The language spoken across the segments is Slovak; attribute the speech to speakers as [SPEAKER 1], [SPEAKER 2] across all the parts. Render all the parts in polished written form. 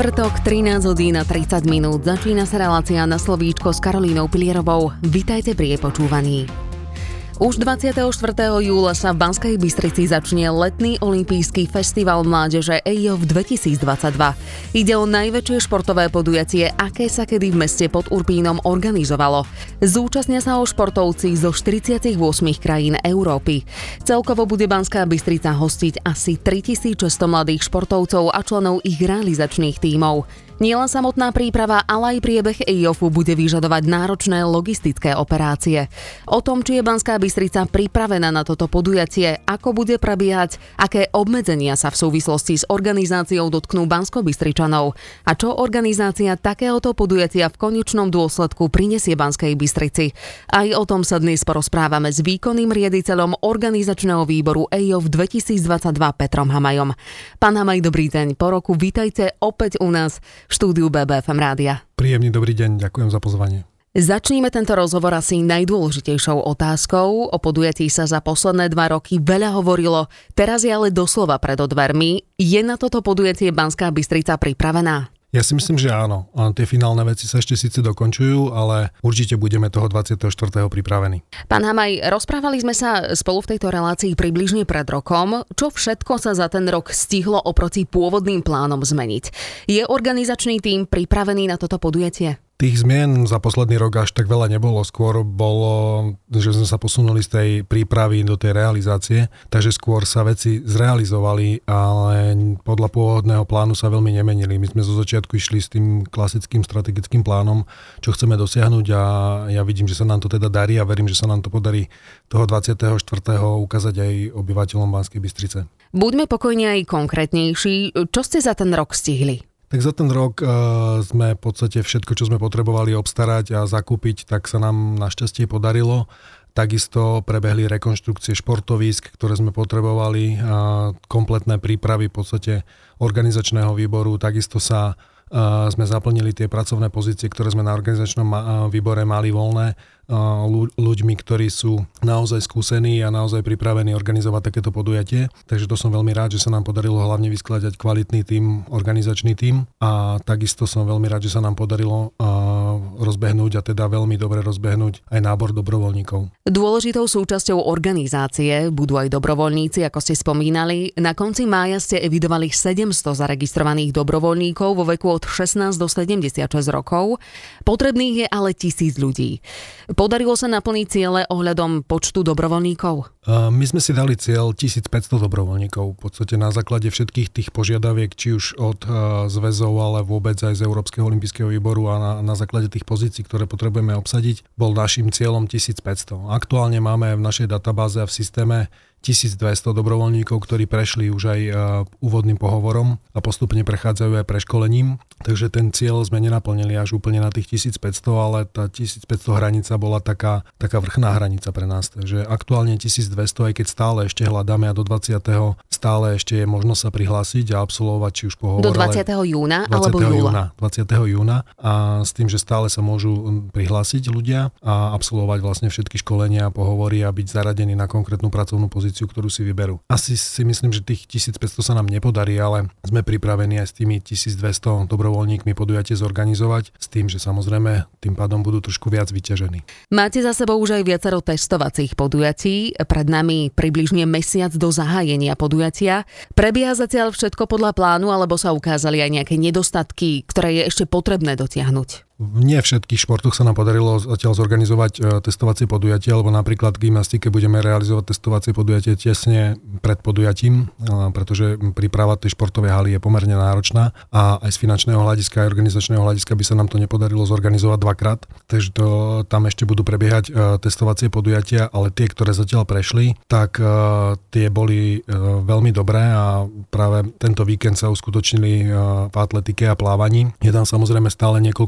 [SPEAKER 1] Štvrtok, 13 hodín a 30 minút. Začína sa relácia Na slovíčko s Karolínou Pilierovou. Vitajte pri jej počúvaní. Už 24. júla sa v Banskej Bystrici začne letný olympijský festival mládeže EIOF 2022. Ide o najväčšie športové podujatie, aké sa kedy v meste pod Urpínom organizovalo. Zúčastnia sa ho športovci zo 48 krajín Európy. Celkovo bude Banská Bystrica hostiť asi 3600 mladých športovcov a členov ich realizačných tímov. Nielen samotná príprava, ale aj priebeh EIOFu bude vyžadovať náročné logistické operácie. O tom, či je Banská Bystrica pripravená na toto podujatie, ako bude prebiehať, aké obmedzenia sa v súvislosti s organizáciou dotknú Banskobystričanov a čo organizácia takéhoto podujatia v konečnom dôsledku prinesie Banskej Bystrici. Aj o tom sa dnes porozprávame s výkonným riaditeľom organizačného výboru EIOF 2022 Petrom Hamajom. Pán Hamaj, dobrý deň. Po roku vítajte opäť u nás v štúdiu BBFM rádia.
[SPEAKER 2] Príjemný dobrý deň, ďakujem za pozvanie.
[SPEAKER 1] Začníme tento rozhovor asi najdôležitejšou otázkou. O podujatí sa za posledné 2 roky veľa hovorilo, teraz je ale doslova pred dvermi. Je na toto podujatie Banská Bystrica pripravená?
[SPEAKER 2] Ja si myslím, že áno. Tie finálne veci sa ešte síce dokončujú, ale určite budeme toho 24. pripravení.
[SPEAKER 1] Pán Hamaj, rozprávali sme sa spolu v tejto relácii približne pred rokom. Čo všetko sa za ten rok stihlo oproti pôvodným plánom zmeniť? Je organizačný tím pripravený na toto podujatie?
[SPEAKER 2] Tých zmien za posledný rok až tak veľa nebolo. Skôr bolo, že sme sa posunuli z tej prípravy do tej realizácie, takže skôr sa veci zrealizovali, ale podľa pôvodného plánu sa veľmi nemenili. My sme zo začiatku išli s tým klasickým strategickým plánom, čo chceme dosiahnuť, a ja vidím, že sa nám to teda darí a verím, že sa nám to podarí toho 24. ukázať aj obyvateľom Banskej Bystrice.
[SPEAKER 1] Buďme pokojne aj konkrétnejší. Čo ste za ten rok stihli?
[SPEAKER 2] Tak za ten rok sme v podstate všetko, čo sme potrebovali obstarať a zakúpiť, tak sa nám našťastie podarilo. Takisto prebehli rekonštrukcie športovísk, ktoré sme potrebovali, kompletné prípravy v podstate organizačného výboru. Takisto sme zaplnili tie pracovné pozície, ktoré sme na organizačnom výbore mali voľné, ľuďmi, ktorí sú naozaj skúsení a naozaj pripravení organizovať takéto podujatie. Takže to som veľmi rád, že sa nám podarilo hlavne vyskladať kvalitný tím, organizačný tím, a takisto som veľmi rád, že sa nám podarilo rozbehnúť, a teda veľmi dobre rozbehnúť aj nábor dobrovoľníkov.
[SPEAKER 1] Dôležitou súčasťou organizácie budú aj dobrovoľníci, ako ste spomínali. Na konci mája ste evidovali 700 zaregistrovaných dobrovoľníkov vo veku od 16 do 76 rokov. Potrebných je ale 1000 ľudí. Podarilo sa naplniť ciele ohľadom počtu dobrovoľníkov?
[SPEAKER 2] My sme si dali cieľ 1500 dobrovoľníkov. V podstate na základe všetkých tých požiadaviek, či už od zväzov, ale vôbec aj z Európskeho olympijského výboru, a na základe tých pozícií, ktoré potrebujeme obsadiť, bol našim cieľom 1500. Aktuálne máme v našej databáze a v systéme 1200 dobrovoľníkov, ktorí prešli už aj úvodným pohovorom a postupne prechádzajú aj preškolením. Takže ten cieľ sme nenaplnili až úplne na tých 1500, ale tá 1500 hranica bola taká vrchná hranica pre nás. Takže aktuálne 1200, aj keď stále ešte hľadáme, a do 20. stále ešte je možnosť sa prihlásiť a absolvovať či už pohovor.
[SPEAKER 1] Do 20. júna alebo júla?
[SPEAKER 2] 20. júna, a s tým, že stále sa môžu prihlásiť ľudia a absolvovať vlastne všetky školenia a pohovory a byť zaradení na konkrétnu pracovnú pozíciu, ktorú si vyberú. Asi si myslím, že tých 1500 sa nám nepodarí, ale sme pripravení aj s tými 1200 dobrovoľníkmi podujatie zorganizovať, s tým, že samozrejme tým pádom budú trošku viac vyťažení.
[SPEAKER 1] Máte za sebou už aj viacero testovacích podujatí. Pred nami približne mesiac do zahájenia podujatia. Prebieha zatiaľ všetko podľa plánu, alebo sa ukázali aj nejaké nedostatky, ktoré je ešte potrebné dotiahnuť?
[SPEAKER 2] Nie v všetkých športoch sa nám podarilo zatiaľ zorganizovať testovacie podujatie, alebo napríklad v gymnastike budeme realizovať testovacie podujatie tesne pred podujatím, pretože príprava tej športovej haly je pomerne náročná a aj z finančného hľadiska, aj organizačného hľadiska by sa nám to nepodarilo zorganizovať 2-krát. Takže tam ešte budú prebiehať testovacie podujatia, ale tie, ktoré zatiaľ prešli, tak tie boli veľmi dobré, a práve tento víkend sa uskutočnili v atletike a plávaní. Je tam samozrejme stále niekoľko pripomienok,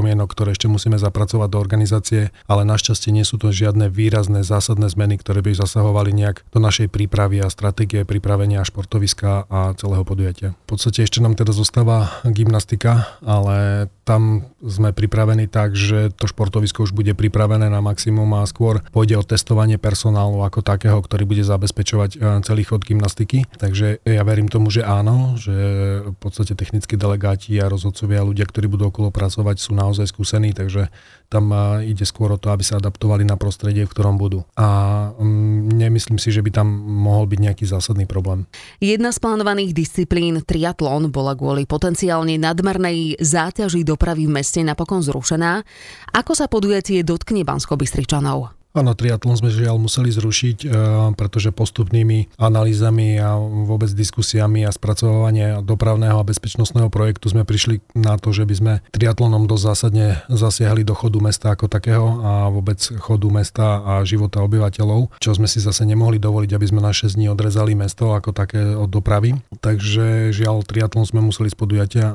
[SPEAKER 2] podmienok, ktoré ešte musíme zapracovať do organizácie, ale našťastie nie sú to žiadne výrazné zásadné zmeny, ktoré by zasahovali nejak do našej prípravy a stratégie pripravenia športoviska a celého podujatia. V podstate ešte nám teda zostáva gymnastika, ale tam sme pripravení tak, že to športovisko už bude pripravené na maximum a skôr pôjde o testovanie personálu ako takého, ktorý bude zabezpečovať celý chod gymnastiky. Takže ja verím tomu, že áno, že v podstate technickí delegáti a rozhodcovia, ľudia, ktorí budú okolo pracovať, sú naozaj skúsení, takže tam ide skôr o to, aby sa adaptovali na prostredie, v ktorom budú. A nemyslím si, že by tam mohol byť nejaký zásadný problém.
[SPEAKER 1] Jedna z plánovaných disciplín, triatlon, bola kvôli potenciálne nadmernej záťaži dopravy v meste napokon zrušená. Ako sa podujatie dotkne Banskobystričanov?
[SPEAKER 2] Áno, triatlon sme žiaľ museli zrušiť, pretože postupnými analýzami a vôbec diskusiami a spracovanie dopravného a bezpečnostného projektu sme prišli na to, že by sme triatlonom dosť zásadne zasiahli do chodu mesta ako takého a vôbec chodu mesta a života obyvateľov, čo sme si zase nemohli dovoliť, aby sme na 6 dní odrezali mesto ako také od dopravy. Takže žiaľ, triatlon sme museli z podujatia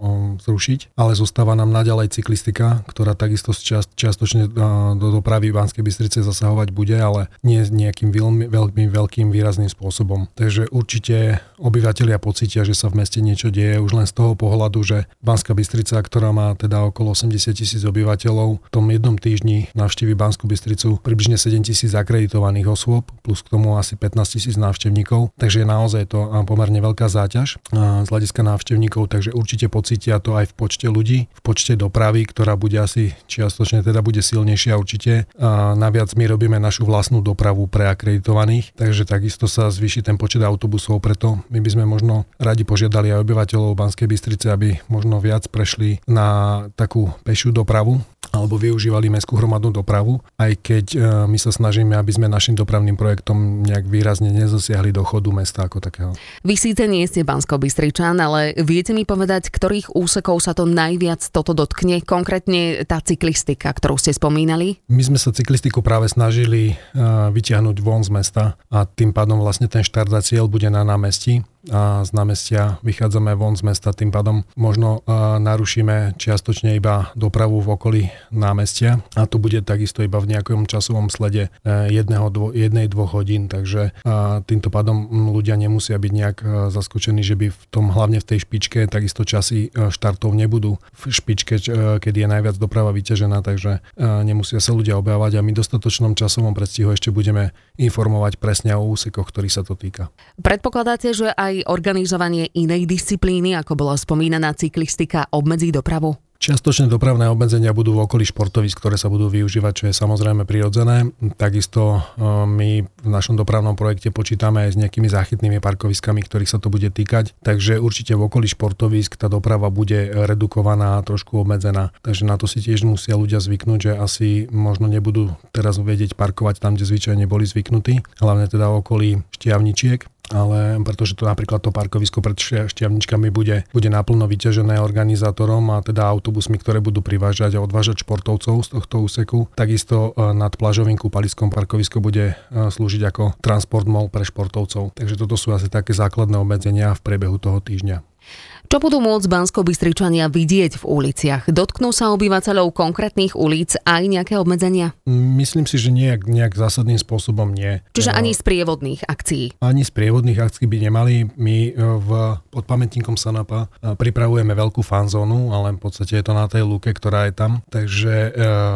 [SPEAKER 2] zrušiť, ale zostáva nám naďalej cyklistika, ktorá takisto čiastočne do dopravy Banskej Bystrice zasahovať bude, ale nie nejakým veľkým výrazným spôsobom. Takže určite obyvatelia pocítia, že sa v meste niečo deje už len z toho pohľadu, že Banská Bystrica, ktorá má teda okolo 80 000 obyvateľov, v tom jednom týždni navštívi Banskú Bystricu približne 7 000 akreditovaných osôb, plus k tomu asi 15 000 návštevníkov. Takže je naozaj to pomerne veľká záťaž z hľadiska návštevníkov, takže určite pocítia to aj v počte ľudí, v počte dopravy, ktorá bude asi čiastočne teda bude silnejšia určite. Naviac my robíme našu vlastnú dopravu pre akreditovaných, takže takisto sa zvýši ten počet autobusov, preto my by sme možno radi požiadali aj obyvateľov Banskej Bystrice, aby možno viac prešli na takú pešiu dopravu alebo využívali mestskú hromadnú dopravu, aj keď my sa snažíme, aby sme našim dopravným projektom nejak výrazne nezasiahli do chodu mesta ako takého.
[SPEAKER 1] Vy síce nie ste Banskobystričan, ale viete mi povedať, ktorých úsekov sa to najviac toto dotkne, konkrétne tá cyklistika, ktorú ste spomínali?
[SPEAKER 2] My sme sa cyklistiku práve snažili vytiahnuť von z mesta a tým pádom vlastne ten štart za cieľ bude na námestí a z námestia vychádzame von z mesta, tým pádom možno narušíme čiastočne iba dopravu v okolí námestia a to bude takisto iba v nejakom časovom slede 1-2 hodín, takže týmto pádom ľudia nemusia byť nejak zaskočení, že by v tom, hlavne v tej špičke, takisto časy štartov nebudú v špičke, kedy je najviac doprava vyťažená, takže nemusia sa ľudia obávať a my v dostatočnom časovom predstihu ešte budeme informovať presne o úsekoch, ktorých sa to týka.
[SPEAKER 1] Predpokladáte, že aj organizovanie inej disciplíny, ako bola spomínaná cyklistika, obmedzí dopravu?
[SPEAKER 2] Čiastočné dopravné obmedzenia budú v okolí športovísk, ktoré sa budú využívať, čo je samozrejme prirodzené. Takisto my v našom dopravnom projekte počítame aj s nejakými záchytnými parkoviskami, ktorých sa to bude týkať. Takže určite v okolí športovísk tá doprava bude redukovaná a trošku obmedzená. Takže na to si tiež musia ľudia zvyknúť, že asi možno nebudú teraz vedieť parkovať tam, kde zvyčajne boli zvyknutí, hlavne teda v okolí Štiavničiek. Ale pretože to napríklad to parkovisko pred Štiavničkami bude naplno vyťažené organizátorom a teda autobusmi, ktoré budú privážať a odvážať športovcov z tohto úseku. Takisto nad plážovým kúpaliskom parkovisko bude slúžiť ako transport mall pre športovcov. Takže toto sú asi také základné obmedzenia v priebehu toho týždňa.
[SPEAKER 1] Čo budú môcť Banskobystričania vidieť v uliciach? Dotknú sa obyvateľov konkrétnych ulic aj nejaké obmedzenia?
[SPEAKER 2] Myslím si, že nejak zásadným spôsobom nie.
[SPEAKER 1] Čiže ani z prievodných akcií?
[SPEAKER 2] Ani z prievodných akcií by nemali. My pod pamätníkom Sanapa pripravujeme veľkú fanzónu, ale v podstate je to na tej lúke, ktorá je tam. Takže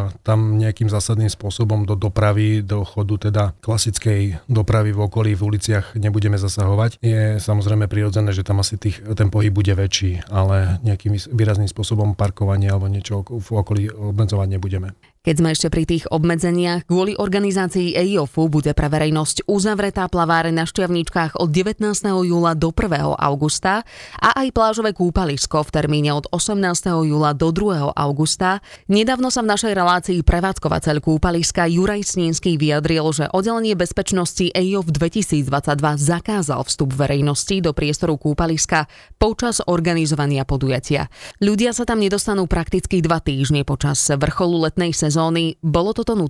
[SPEAKER 2] tam nejakým zásadným spôsobom do dopravy, do chodu teda klasickej dopravy v okolí, v uliciach nebudeme zasahovať. Je samozrejme prirodzené, že tam asi ten pohyb bude väčší, ale nejakým výrazným spôsobom parkovania alebo niečo v okolí obmedzovať nebudeme.
[SPEAKER 1] Keď sme ešte pri tých obmedzeniach, kvôli organizácii EIOFu bude pre verejnosť uzavretá plaváreň na Štiavničkách od 19. júla do 1. augusta a aj plážové kúpalisko v termíne od 18. júla do 2. augusta. Nedávno sa v našej relácii prevádzkovateľ kúpaliska Juraj Snínsky vyjadril, že oddelenie bezpečnosti EIOF 2022 zakázal vstup verejnosti do priestoru kúpaliska počas organizovania podujatia. Ľudia sa tam nedostanú prakticky 2 týždne počas vrcholu letnej sezóny. Bolo toto nutné?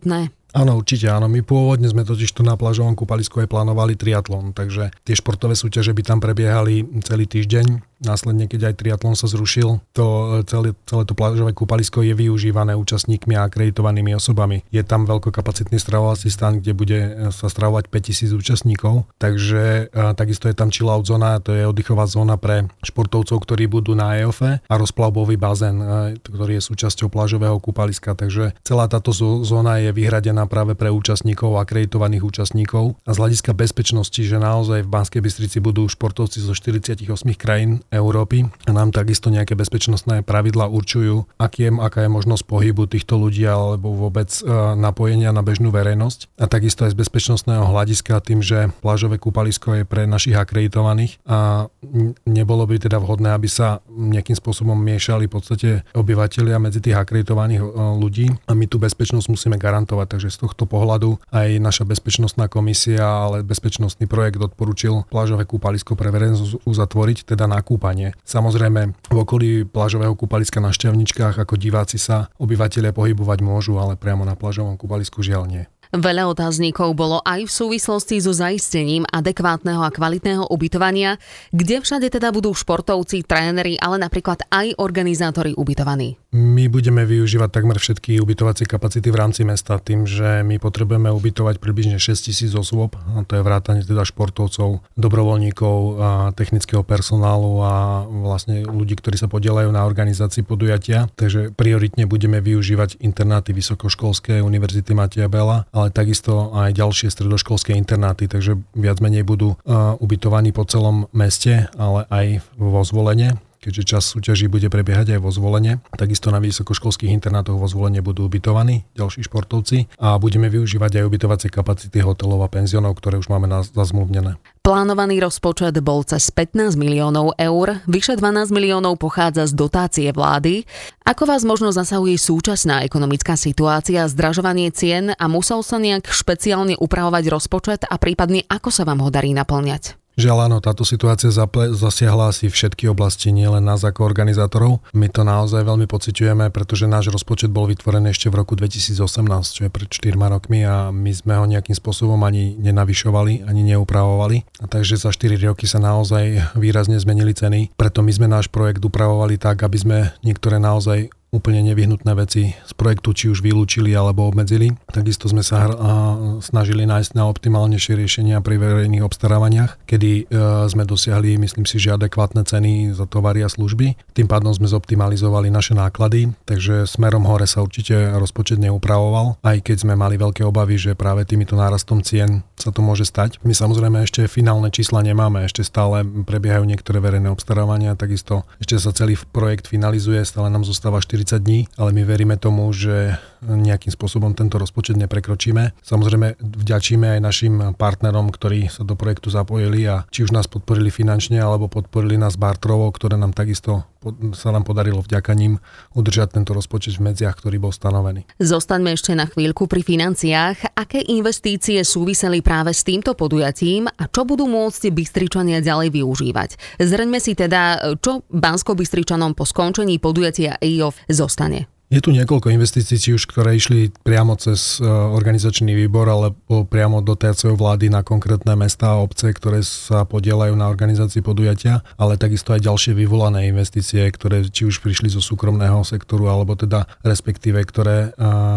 [SPEAKER 2] Áno, určite áno. My pôvodne sme totiž tu na plážovom kúpalisku aj plánovali triatlon, takže tie športové súťaže by tam prebiehali celý týždeň. Následne, keď aj triatlon sa zrušil, celé to plážové kúpalisko je využívané účastníkmi a akreditovanými osobami. Je tam veľkokapacitný stravovací stan, kde bude sa stravovať 5000 účastníkov, takže takisto je tam chill-out zóna, to je oddychová zóna pre športovcov, ktorí budú na EOFE a rozplavbový bazén, ktorý je súčasťou plážového kúpaliska, takže celá táto zóna je vyhradená práve pre účastníkov, akreditovaných účastníkov a z hľadiska bezpečnosti, že naozaj v Banskej Bystrici budú športovci zo 48 krajín Európy a nám takisto nejaké bezpečnostné pravidlá určujú, aká je možnosť pohybu týchto ľudí alebo vôbec napojenia na bežnú verejnosť. A takisto aj z bezpečnostného hľadiska tým, že plážové kúpalisko je pre našich akreditovaných a nebolo by teda vhodné, aby sa nejakým spôsobom miešali v podstate obyvatelia medzi tých akreditovaných ľudí a my tú bezpečnosť musíme garantovať. Takže z tohto pohľadu aj naša bezpečnostná komisia, ale bezpečnostný projekt odporúčil plážové kúpalisko pre verejnosť uzatvoriť, teda na kúpanie. Samozrejme, v okolí plážového kúpaliska na Šťavničkách ako diváci sa obyvatelia pohybovať môžu, ale priamo na plážovom kúpalisku žiaľ nie.
[SPEAKER 1] Veľa otáznikov bolo aj v súvislosti so zaistením adekvátneho a kvalitného ubytovania, kde všade teda budú športovci, tréneri, ale napríklad aj organizátori ubytovaní.
[SPEAKER 2] My budeme využívať takmer všetky ubytovacie kapacity v rámci mesta tým, že my potrebujeme ubytovať približne 6000 osôb, a to je vrátane teda športovcov, dobrovoľníkov, a technického personálu a vlastne ľudí, ktorí sa podieľajú na organizácii podujatia. Takže prioritne budeme využívať internáty vysokoškolské Univerzity Mateja Bela, ale takisto aj ďalšie stredoškolské internáty, takže viac menej budú ubytovaní po celom meste, ale aj vo Zvolene, keďže čas súťaží bude prebiehať aj vo Zvolene. Takisto na vysokoškolských internátoch vo Zvolene budú ubytovaní ďalší športovci a budeme využívať aj ubytovacie kapacity hotelov a penziónov, ktoré už máme zazmluvnené.
[SPEAKER 1] Plánovaný rozpočet bol cez 15 miliónov eur, vyše 12 miliónov pochádza z dotácie vlády. Ako vás možno zasahuje súčasná ekonomická situácia, zdražovanie cien a musel sa nejak špeciálne upravovať rozpočet a prípadne ako sa vám ho darí naplňať?
[SPEAKER 2] Žiaľ áno, táto situácia zasiahla asi všetky oblasti, nielen nás ako organizátorov. My to naozaj veľmi pociťujeme, pretože náš rozpočet bol vytvorený ešte v roku 2018, čo je pred 4 rokmi a my sme ho nejakým spôsobom ani nenavyšovali, ani neupravovali. A takže za 4 roky sa naozaj výrazne zmenili ceny, preto my sme náš projekt upravovali tak, aby sme niektoré naozaj úplne nevyhnutné veci z projektu či už vylúčili alebo obmedzili. Takisto sme sa snažili nájsť na optimálnejšie riešenia pri verejných obstarávaniach, kedy sme dosiahli, myslím si, že adekvátne ceny za tovary a služby. Tým pádom sme zoptimalizovali naše náklady, takže smerom hore sa určite rozpočet neupravoval, aj keď sme mali veľké obavy, že práve týmito nárastom cien sa to môže stať. My samozrejme ešte finálne čísla nemáme, ešte stále prebiehajú niektoré verejné obstarávania, takisto ešte sa celý projekt finalizuje, stále nám zostáva 40 dní, ale my veríme tomu, že nejakým spôsobom tento rozpočet neprekročíme. Samozrejme vďačíme aj našim partnerom, ktorí sa do projektu zapojili a či už nás podporili finančne alebo podporili nás barterovo, ktoré nám takisto sa nám podarilo vďaka ním udržať tento rozpočet v medziach, ktorý bol stanovený.
[SPEAKER 1] Zostaňme ešte na chvíľku pri financiách. Aké investície súviseli práve s týmto podujatím a čo budú môcť Bystričania ďalej využívať? Zreňme si teda, čo Banskobystričanom po skončení podujatia EOF zostane.
[SPEAKER 2] Je tu niekoľko investícií, či už ktoré išli priamo cez organizačný výbor alebo priamo do TCO vlády na konkrétne mestá a obce, ktoré sa podieľajú na organizácii podujatia, ale takisto aj ďalšie vyvolané investície, ktoré či už prišli zo súkromného sektoru alebo teda respektíve, ktoré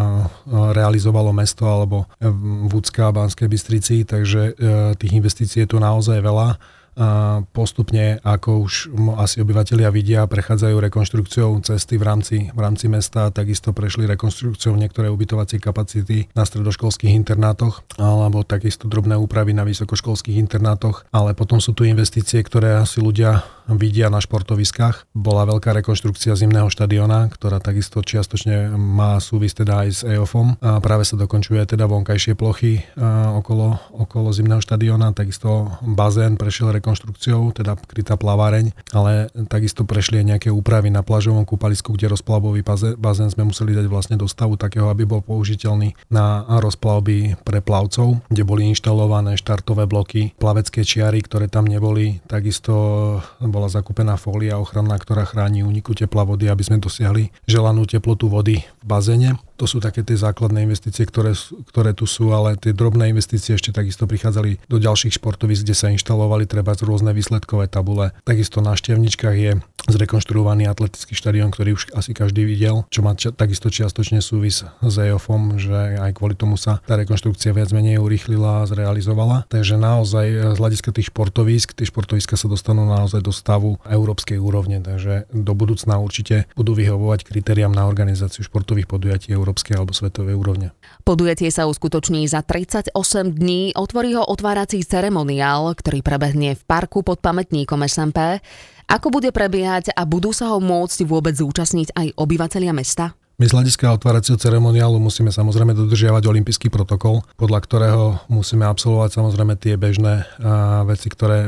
[SPEAKER 2] realizovalo mesto alebo Vúcka a Banskej Bystrici, takže tých investícií je tu naozaj veľa. Postupne, ako už asi obyvatelia vidia, prechádzajú rekonštrukciou cesty v rámci mesta, takisto prešli rekonštrukciou niektoré ubytovacie kapacity na stredoškolských internátoch alebo takisto drobné úpravy na vysokoškolských internátoch, ale potom sú tu investície, ktoré asi ľudia vidia na športoviskách. Bola veľká rekonštrukcia zimného štadióna, ktorá takisto čiastočne má súvisť teda aj s EOFom. A práve sa dokončuje teda vonkajšie plochy okolo zimného štadióna, takisto bazén prešiel rekonštrukciou, teda krytá plaváreň, ale takisto prešli aj nejaké úpravy na plážovom kúpalisku, kde rozplavbový bazén sme museli dať vlastne do stavu takého, aby bol použiteľný na rozplavby pre plavcov, kde boli inštalované štartové bloky, plavecké čiary, ktoré tam neboli, takisto bola zakúpená fólia ochranná, ktorá chráni úniku tepla vody, aby sme dosiahli želanú teplotu vody v bazéne. To sú také tie základné investície, ktoré tu sú, ale tie drobné investície ešte takisto prichádzali do ďalších športovísk, kde sa inštalovali treba rôzne výsledkové tabule. Takisto na Štiavničkách je zrekonštruovaný atletický štadión, ktorý už asi každý videl, čo má takisto čiastočne súvis s EOFom, že aj kvôli tomu sa tá rekonštrukcia viac menej urýchlila a zrealizovala. Takže naozaj z hľadiska tých športovíska sa dostanú naozaj do stavu európskej úrovne, takže do budúcna určite budú vyhovovať kritériám na organizáciu športových podujatí európskej alebo svetovej úrovne.
[SPEAKER 1] Podujatie sa uskutoční za 38 dní, otvorí ho otvárací ceremoniál, ktorý prebehne v parku pod pamätníkom SMP. Ako bude prebiehať a budú sa ho môcť vôbec zúčastniť aj obyvatelia mesta?
[SPEAKER 2] My z hľadiska otváracieho ceremoniálu musíme samozrejme dodržiavať olympijský protokol, podľa ktorého musíme absolvovať samozrejme tie bežné veci, ktoré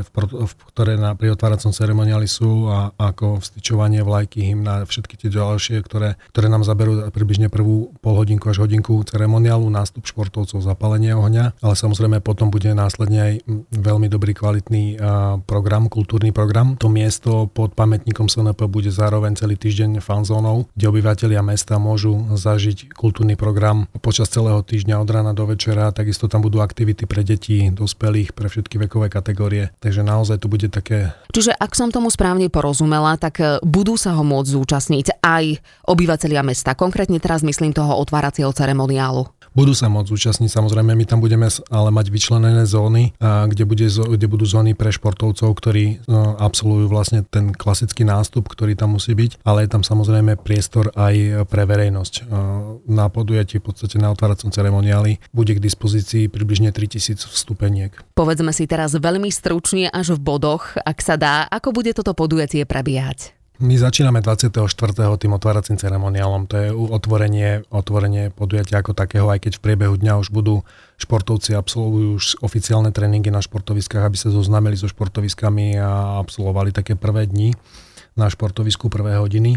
[SPEAKER 2] pri otváracom ceremoniáli sú, a ako vstyčovanie vlajky, hymna, všetky tie ďalšie, ktoré nám zaberú približne prvú polhodinku až hodinku ceremoniálu, nástup športovcov, zapálenie ohňa, ale samozrejme potom bude následne aj veľmi dobrý kvalitný program, kultúrny program. To miesto pod pamätníkom SNP bude zároveň celý týždeň fanzónou, kde obyvatelia mesta môžu zažiť kultúrny program počas celého týždňa od rána do večera. Takisto tam budú aktivity pre deti, dospelých, pre všetky vekové kategórie. Takže naozaj to bude také...
[SPEAKER 1] Čiže ak som tomu správne porozumela, tak budú sa ho môcť zúčastniť aj obyvatelia mesta. Konkrétne teraz myslím toho otváracieho ceremoniálu.
[SPEAKER 2] Budú sa môcť zúčastniť, samozrejme, my tam budeme ale mať vyčlenené zóny, kde budú zóny pre športovcov, ktorí absolvujú vlastne ten klasický nástup, ktorý tam musí byť, ale je tam samozrejme priestor aj pre verejnosť. Na podujatí, v podstate na otváracom ceremoniáli, bude k dispozícii približne 3000 vstupeniek.
[SPEAKER 1] Povedzme si teraz veľmi stručne až v bodoch, ak sa dá, ako bude toto podujatie prebiehať.
[SPEAKER 2] My začíname 24. tým otváracím ceremoniálom. To je otvorenie podujatia ako takého, aj keď v priebehu dňa už budú športovci absolvujú už oficiálne tréningy na športoviskách, aby sa zoznámili so športoviskami a absolvovali také prvé dni na športovisku prvé hodiny.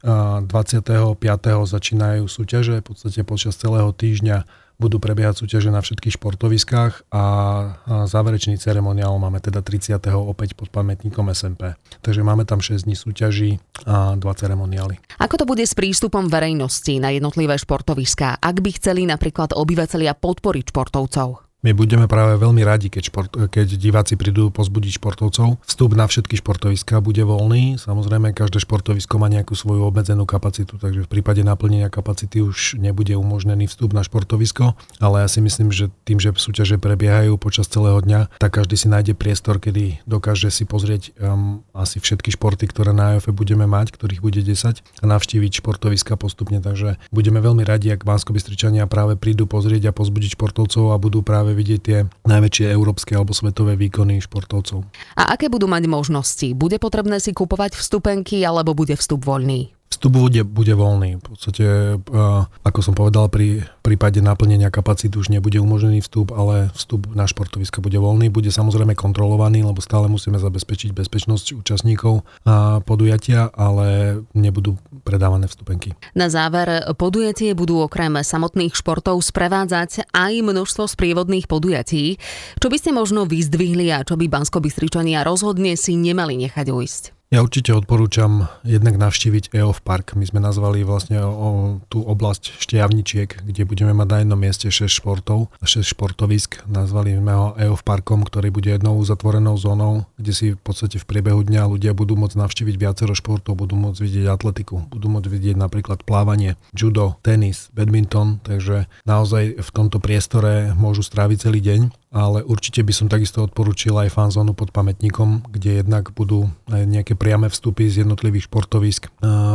[SPEAKER 2] 25. začínajú súťaže, v podstate počas celého týždňa budú prebiehať súťaže na všetkých športoviskách a záverečný ceremoniál máme teda 30. opäť pod pamätníkom SMP. Takže máme tam 6 dní súťaží a 2 ceremoniály. Ako
[SPEAKER 1] to bude s prístupom verejnosti na jednotlivé športoviská, ak by chceli napríklad obyvatelia podporiť športovcov?
[SPEAKER 2] My budeme práve veľmi radi, keď diváci prídu pozbudiť športovcov. Vstup na všetky športoviská bude voľný. Samozrejme, každé športovisko má nejakú svoju obmedzenú kapacitu, takže v prípade naplnenia kapacity už nebude umožnený vstup na športovisko. Ale ja si myslím, že tým, že súťaže prebiehajú počas celého dňa, tak každý si nájde priestor, kedy dokáže si pozrieť asi všetky športy, ktoré na EOF budeme mať, ktorých bude 10, a navštíviť športoviska postupne. Takže budeme veľmi radi, ak Banskobystričania práve prídu pozrieť a pozbudiť športovcov a budú práve vidieť tie najväčšie európske alebo svetové výkony športovcov.
[SPEAKER 1] A aké budú mať možnosti? Bude potrebné si kupovať vstupenky alebo bude vstup voľný?
[SPEAKER 2] Vstup bude voľný. V podstate, ako som povedal, pri prípade naplnenia kapacít už nebude umožnený vstup, ale vstup na športovisko bude voľný. Bude samozrejme kontrolovaný, lebo stále musíme zabezpečiť bezpečnosť účastníkov podujatia, ale nebudú predávané vstupenky.
[SPEAKER 1] Na záver, podujatie budú okrem samotných športov sprevádzať aj množstvo sprievodných podujatí. Čo by ste možno vyzdvihli a čo by Banskobystričania rozhodne si nemali nechať ujsť?
[SPEAKER 2] Ja určite odporúčam jednak navštíviť EOF Park. My sme nazvali vlastne tú oblasť Štiavničiek, kde budeme mať na jednom mieste 6 športov a 6 športovisk. Nazvali sme ho EOF Parkom, ktorý bude jednou zatvorenou zónou, kde si v podstate v priebehu dňa ľudia budú môcť navštíviť viacero športov, budú môcť vidieť atletiku, budú môcť vidieť napríklad plávanie, judo, tenis, badminton, takže naozaj v tomto priestore môžu stráviť celý deň. Ale určite by som takisto odporúčil aj fanzónu pod pamätníkom, kde jednak budú aj nejaké priame vstupy z jednotlivých športovísk.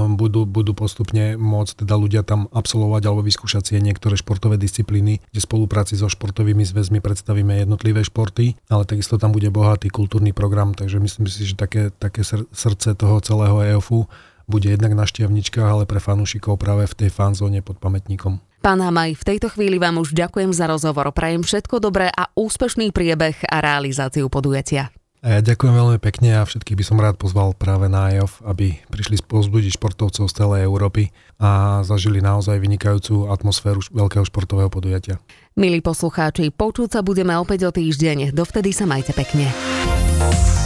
[SPEAKER 2] Budú postupne môcť teda ľudia tam absolvovať alebo vyskúšať si niektoré športové disciplíny, kde v spolupráci so športovými zväzmi predstavíme jednotlivé športy, ale takisto tam bude bohatý kultúrny program, takže myslím si, že také srdce toho celého EOFu bude jednak na Štiavničkách, ale pre fanúšikov práve v tej fanzóne pod pamätníkom.
[SPEAKER 1] Pán Hamaj, v tejto chvíli vám už ďakujem za rozhovor. Prajem všetko dobré a úspešný priebeh a realizáciu podujatia.
[SPEAKER 2] A ja ďakujem veľmi pekne a všetkých by som rád pozval práve na EOF, aby prišli pozbudiť športovcov z celej Európy a zažili naozaj vynikajúcu atmosféru veľkého športového podujatia.
[SPEAKER 1] Milí poslucháči, počuť sa budeme opäť o týždeň. Dovtedy sa majte pekne.